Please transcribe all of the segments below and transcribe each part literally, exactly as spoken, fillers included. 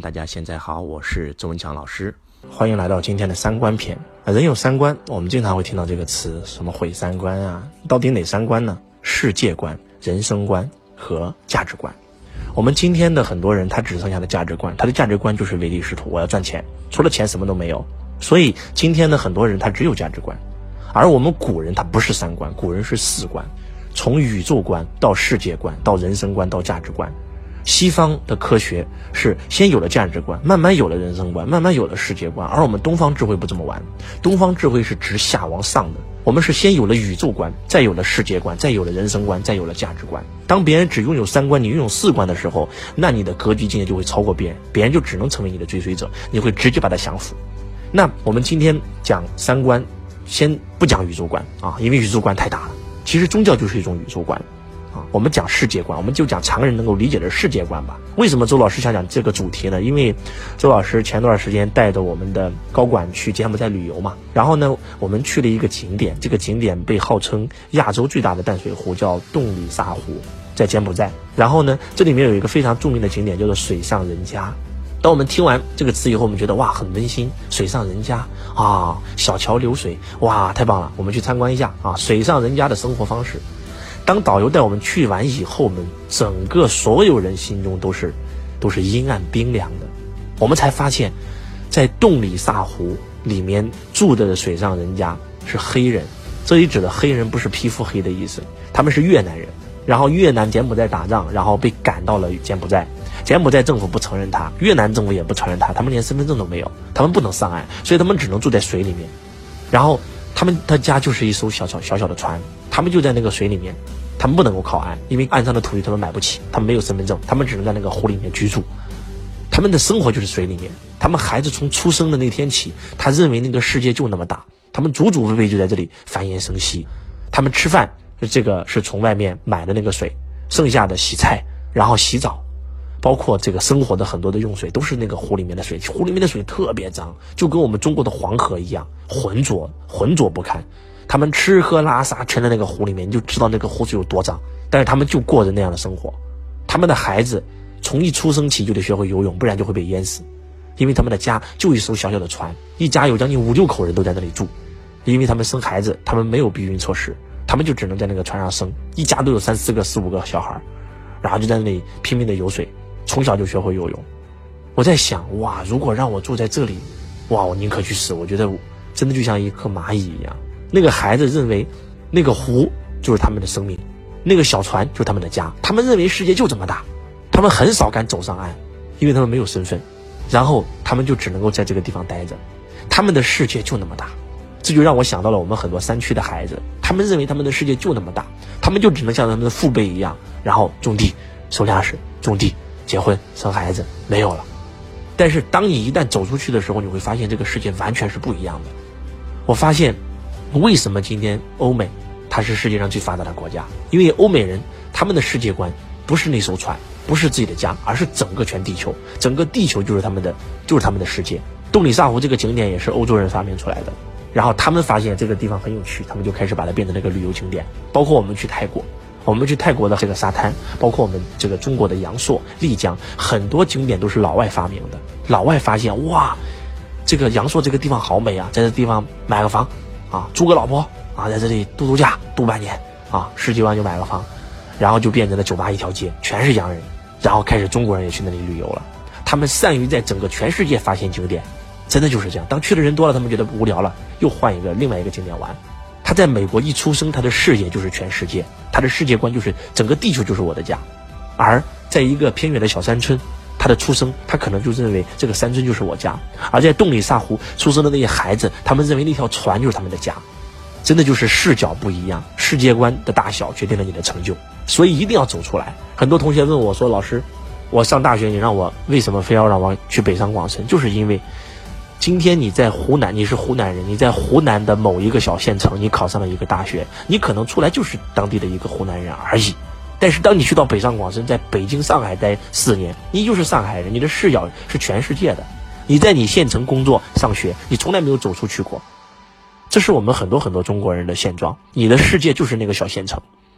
大家现在好，我是周文强老师，欢迎来到今天的三观篇。人有三观，我们经常会听到这个词，什么毁三观啊，到底哪三观呢？世界观、人生观和价值观。我们今天的很多人，他只剩下的价值观，他的价值观就是唯利是图，我要赚钱，除了钱什么都没有。所以今天的很多人他只有价值观，而我们古人他不是三观，古人是四观，从宇宙观到世界观到人生观到价值观。西方的科学是先有了价值观，慢慢有了人生观，慢慢有了世界观，而我们东方智慧不这么玩，东方智慧是直下往上的，我们是先有了宇宙观，再有了世界观，再有了人生观，再有了价值观。当别人只拥有三观，你拥有四观的时候，那你的格局境界就会超过别人，别人就只能成为你的追随者，你会直接把他降服。那我们今天讲三观，先不讲宇宙观啊，因为宇宙观太大了，其实宗教就是一种宇宙观啊，我们讲世界观，我们就讲常人能够理解的世界观吧。为什么周老师想讲这个主题呢？因为周老师前段时间带着我们的高管去柬埔寨旅游嘛，然后呢，我们去了一个景点，这个景点被号称亚洲最大的淡水湖，叫洞里萨湖，在柬埔寨。然后呢，这里面有一个非常著名的景点叫做水上人家。当我们听完这个词以后，我们觉得哇，很温馨，水上人家啊，小桥流水，哇，太棒了，我们去参观一下啊，水上人家的生活方式。当导游带我们去完以后，我们整个所有人心中都是都是阴暗冰凉的。我们才发现，在洞里萨湖里面住的水上人家是黑人，这里指的黑人不是皮肤黑的意思，他们是越南人，然后越南柬埔寨打仗，然后被赶到了柬埔寨，柬埔寨政府不承认他，越南政府也不承认他，他们连身份证都没有，他们不能上岸，所以他们只能住在水里面。然后他们他家就是一艘小小小小的船，他们就在那个水里面，他们不能够靠岸，因为岸上的土地他们买不起，他们没有身份证，他们只能在那个湖里面居住，他们的生活就是水里面。他们孩子从出生的那天起，他认为那个世界就那么大，他们祖祖辈辈就在这里繁衍生息。他们吃饭这个是从外面买的那个水，剩下的洗菜，然后洗澡，包括这个生活的很多的用水都是那个湖里面的水，湖里面的水特别脏，就跟我们中国的黄河一样，浑浊浑浊不堪。他们吃喝拉撒全在那个湖里面，你就知道那个湖水有多脏，但是他们就过着那样的生活。他们的孩子从一出生起就得学会游泳，不然就会被淹死，因为他们的家就一艘小小的船，一家有将近五六口人都在那里住。因为他们生孩子，他们没有避孕措施，他们就只能在那个船上生，一家都有三四个四五个小孩，然后就在那里拼命的游水，从小就学会游泳。我在想，哇，如果让我住在这里，哇，我宁可去死。我觉得真的就像一颗蚂蚁一样。那个孩子认为那个湖就是他们的生命，那个小船就是他们的家，他们认为世界就这么大，他们很少敢走上岸，因为他们没有身份，然后他们就只能够在这个地方待着，他们的世界就那么大。这就让我想到了我们很多山区的孩子，他们认为他们的世界就那么大，他们就只能像他们的父辈一样，然后种地收粮食，种地结婚生孩子，没有了。但是当你一旦走出去的时候，你会发现这个世界完全是不一样的。我发现为什么今天欧美它是世界上最发达的国家，因为欧美人他们的世界观不是那艘船，不是自己的家，而是整个全地球，整个地球就是他们的就是他们的世界。洞里萨湖这个景点也是欧洲人发明出来的，然后他们发现这个地方很有趣，他们就开始把它变成那个旅游景点。包括我们去泰国，我们去泰国的这个沙滩，包括我们这个中国的阳朔、丽江，很多景点都是老外发明的。老外发现，哇，这个阳朔这个地方好美啊，在这地方买个房啊，租个老婆啊，在这里度度假度半年啊，十几万就买个房，然后就变成了酒吧一条街，全是洋人，然后开始中国人也去那里旅游了。他们善于在整个全世界发现景点，真的就是这样。当去的人多了，他们觉得无聊了，又换一个另外一个景点玩。他在美国一出生，他的视野就是全世界，他的世界观就是整个地球就是我的家。而在一个偏远的小山村，他的出生，他可能就认为这个山村就是我家。而在洞里萨湖出生的那些孩子，他们认为那条船就是他们的家。真的就是视角不一样，世界观的大小决定了你的成就，所以一定要走出来。很多同学问我说，老师，我上大学你让我为什么非要让我去北上广深？就是因为今天你在湖南，你是湖南人，你在湖南的某一个小县城，你考上了一个大学，你可能出来就是当地的一个湖南人而已。但是当你去到北上广深，在北京、上海待四年，你就是上海人，你的视角是全世界的。你在你县城工作、上学，你从来没有走出去过。这是我们很多很多中国人的现状，你的世界就是那个小县城，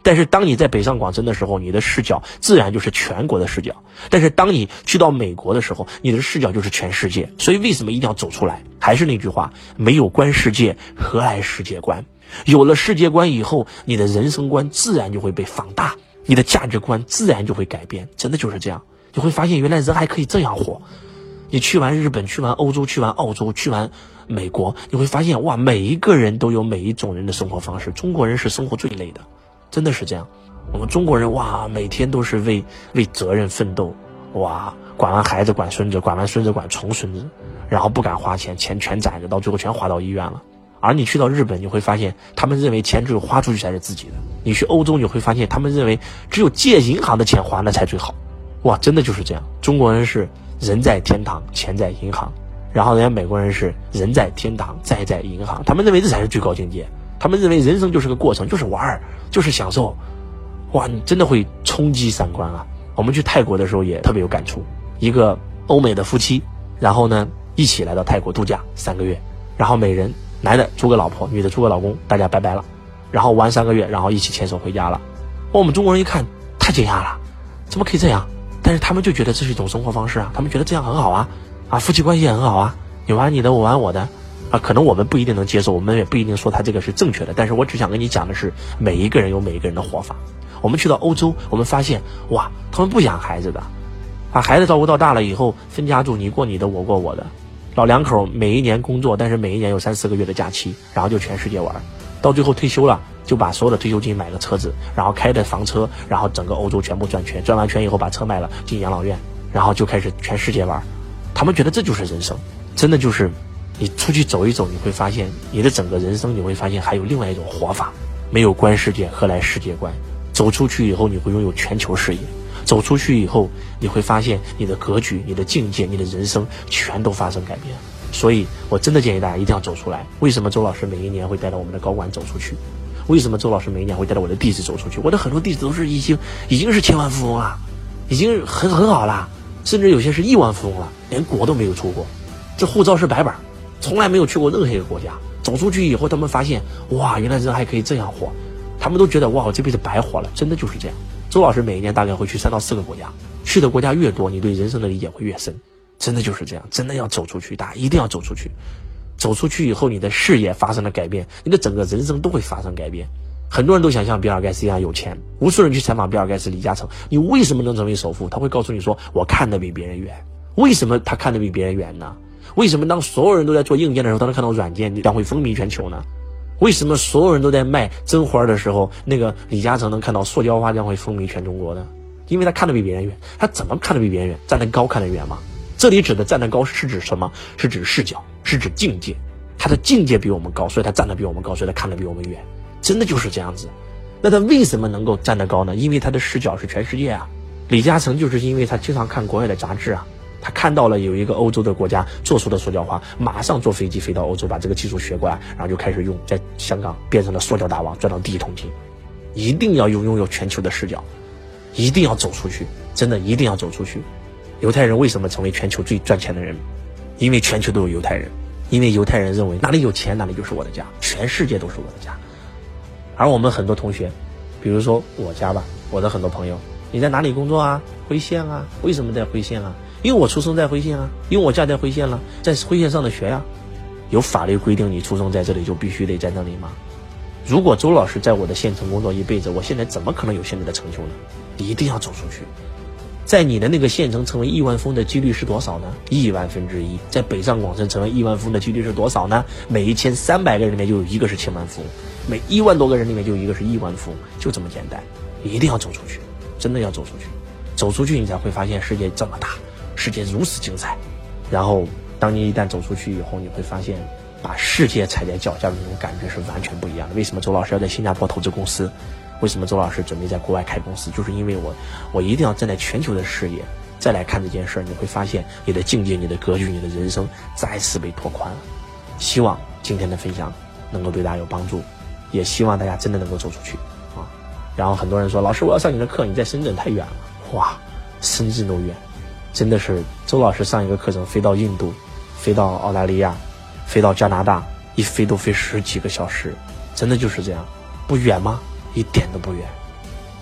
但是当你在北上广深的时候，你的视角自然就是全国的视角。但是当你去到美国的时候，你的视角就是全世界。所以为什么一定要走出来？还是那句话，没有观世界，何来世界观？有了世界观以后，你的人生观自然就会被放大，你的价值观自然就会改变。真的就是这样，你会发现原来人还可以这样活。你去完日本，去完欧洲，去完澳洲，去完美国，你会发现哇，每一个人都有每一种人的生活方式。中国人是生活最累的，真的是这样。我们中国人哇，每天都是为为责任奋斗，哇，管完孩子管孙子，管完孙子管重孙子，然后不敢花钱，钱全攒着，到最后全花到医院了。而你去到日本，你会发现他们认为钱只有花出去才是自己的。你去欧洲，你会发现他们认为只有借银行的钱花那才最好。哇，真的就是这样。中国人是人在天堂，钱在银行，然后人家美国人是人在天堂，债在银行。他们认为这才是最高境界，他们认为人生就是个过程，就是玩，就是享受。哇，你真的会冲击三观啊！我们去泰国的时候也特别有感触，一个欧美的夫妻，然后呢一起来到泰国度假三个月，然后每人男的租个老婆，女的租个老公，大家拜拜了，然后玩三个月，然后一起牵手回家了。我们中国人一看太惊讶了，怎么可以这样？但是他们就觉得这是一种生活方式啊，他们觉得这样很好啊，啊，夫妻关系也很好啊，你玩你的，我玩我的，啊，可能我们不一定能接受，我们也不一定说他这个是正确的，但是我只想跟你讲的是，每一个人有每一个人的活法。我们去到欧洲，我们发现哇，他们不养孩子的，把孩子照顾到大了以后分家住，你过你的，我过我的。老两口每一年工作，但是每一年有三四个月的假期，然后就全世界玩，到最后退休了，就把所有的退休金买个车子，然后开的房车，然后整个欧洲全部转圈，转完圈以后把车卖了进养老院，然后就开始全世界玩。他们觉得这就是人生，真的就是你出去走一走，你会发现你的整个人生，你会发现还有另外一种活法。没有观世界，何来世界观？走出去以后，你会拥有全球视野。走出去以后，你会发现你的格局、你的境界、你的人生全都发生改变。所以我真的建议大家一定要走出来。为什么周老师每一年会带着我们的高管走出去？为什么周老师每一年会带着我的弟子走出去？我的很多弟子都是已经已经是千万富翁了，已经很很好了，甚至有些是亿万富翁了，连国都没有出过，这护照是白本，从来没有去过任何一个国家。走出去以后，他们发现哇，原来人还可以这样活，他们都觉得哇，我这辈子白活了，真的就是这样。周老师每一年大概会去三到四个国家，去的国家越多，你对人生的理解会越深，真的就是这样。真的要走出去，大家一定要走出去。走出去以后，你的视野发生了改变，你的整个人生都会发生改变。很多人都想像比尔盖茨一样有钱，无数人去采访比尔盖茨、李嘉诚，你为什么能成为首富？他会告诉你说，我看得比别人远。为什么他看得比别人远呢？为什么当所有人都在做硬件的时候，他能看到软件将会风靡全球呢？为什么所有人都在卖真花的时候，那个李嘉诚能看到塑胶花将会风靡全中国呢？因为他看得比别人远。他怎么看得比别人远？站得高看得远吗？这里指的站得高是指什么？是指视角，是指境界。他的境界比我们高，所以他站得比我们高，所以他看得比我们远。真的就是这样子。那他为什么能够站得高呢？因为他的视角是全世界啊。李嘉诚就是因为他经常看国外的杂志啊，他看到了有一个欧洲的国家做出的塑胶花，马上坐飞机飞到欧洲，把这个技术学过来，然后就开始用，在香港变成了塑胶大王，赚到第一桶金。一定要拥有全球的视角，一定要走出去，真的一定要走出去。犹太人为什么成为全球最赚钱的人？因为全球都有犹太人，因为犹太人认为哪里有钱哪里就是我的家，全世界都是我的家。而我们很多同学，比如说我家吧，我的很多朋友，你在哪里工作啊？辉县啊。为什么在辉县啊？因为我出生在辉县啊，因为我家在辉县了，在辉县上的学呀、啊。有法律规定你出生在这里就必须得在那里吗？如果周老师在我的县城工作一辈子，我现在怎么可能有现在的成就呢？你一定要走出去。在你的那个县城成为亿万富翁的几率是多少呢？亿万分之一。在北上广深成为亿万富翁的几率是多少呢？每一千三百个人里面就有一个是千万富翁，每一万多个人里面就有一个是亿万富翁，就这么简单。你一定要走出去，真的要走出去。走出去你才会发现世界这么大，世界如此精彩。然后当你一旦走出去以后，你会发现把世界踩在脚下的那种感觉是完全不一样的。为什么周老师要在新加坡投资公司？为什么周老师准备在国外开公司？就是因为我我一定要站在全球的视野再来看这件事儿，你会发现你的境界、你的格局、你的人生再次被拓宽了。希望今天的分享能够对大家有帮助，也希望大家真的能够走出去啊。然后很多人说，老师我要上你的课，你在深圳太远了。哇，深圳都远，真的是周老师上一个课程飞到印度，飞到澳大利亚，飞到加拿大，一飞都飞十几个小时，真的就是这样。不远吗？一点都不远。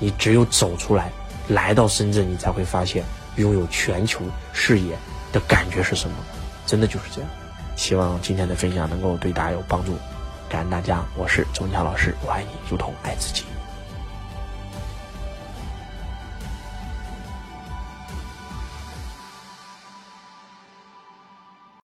你只有走出来，来到深圳，你才会发现拥有全球视野的感觉是什么，真的就是这样。希望今天的分享能够对大家有帮助，感恩大家，我是周文强老师，我爱你如同爱自己。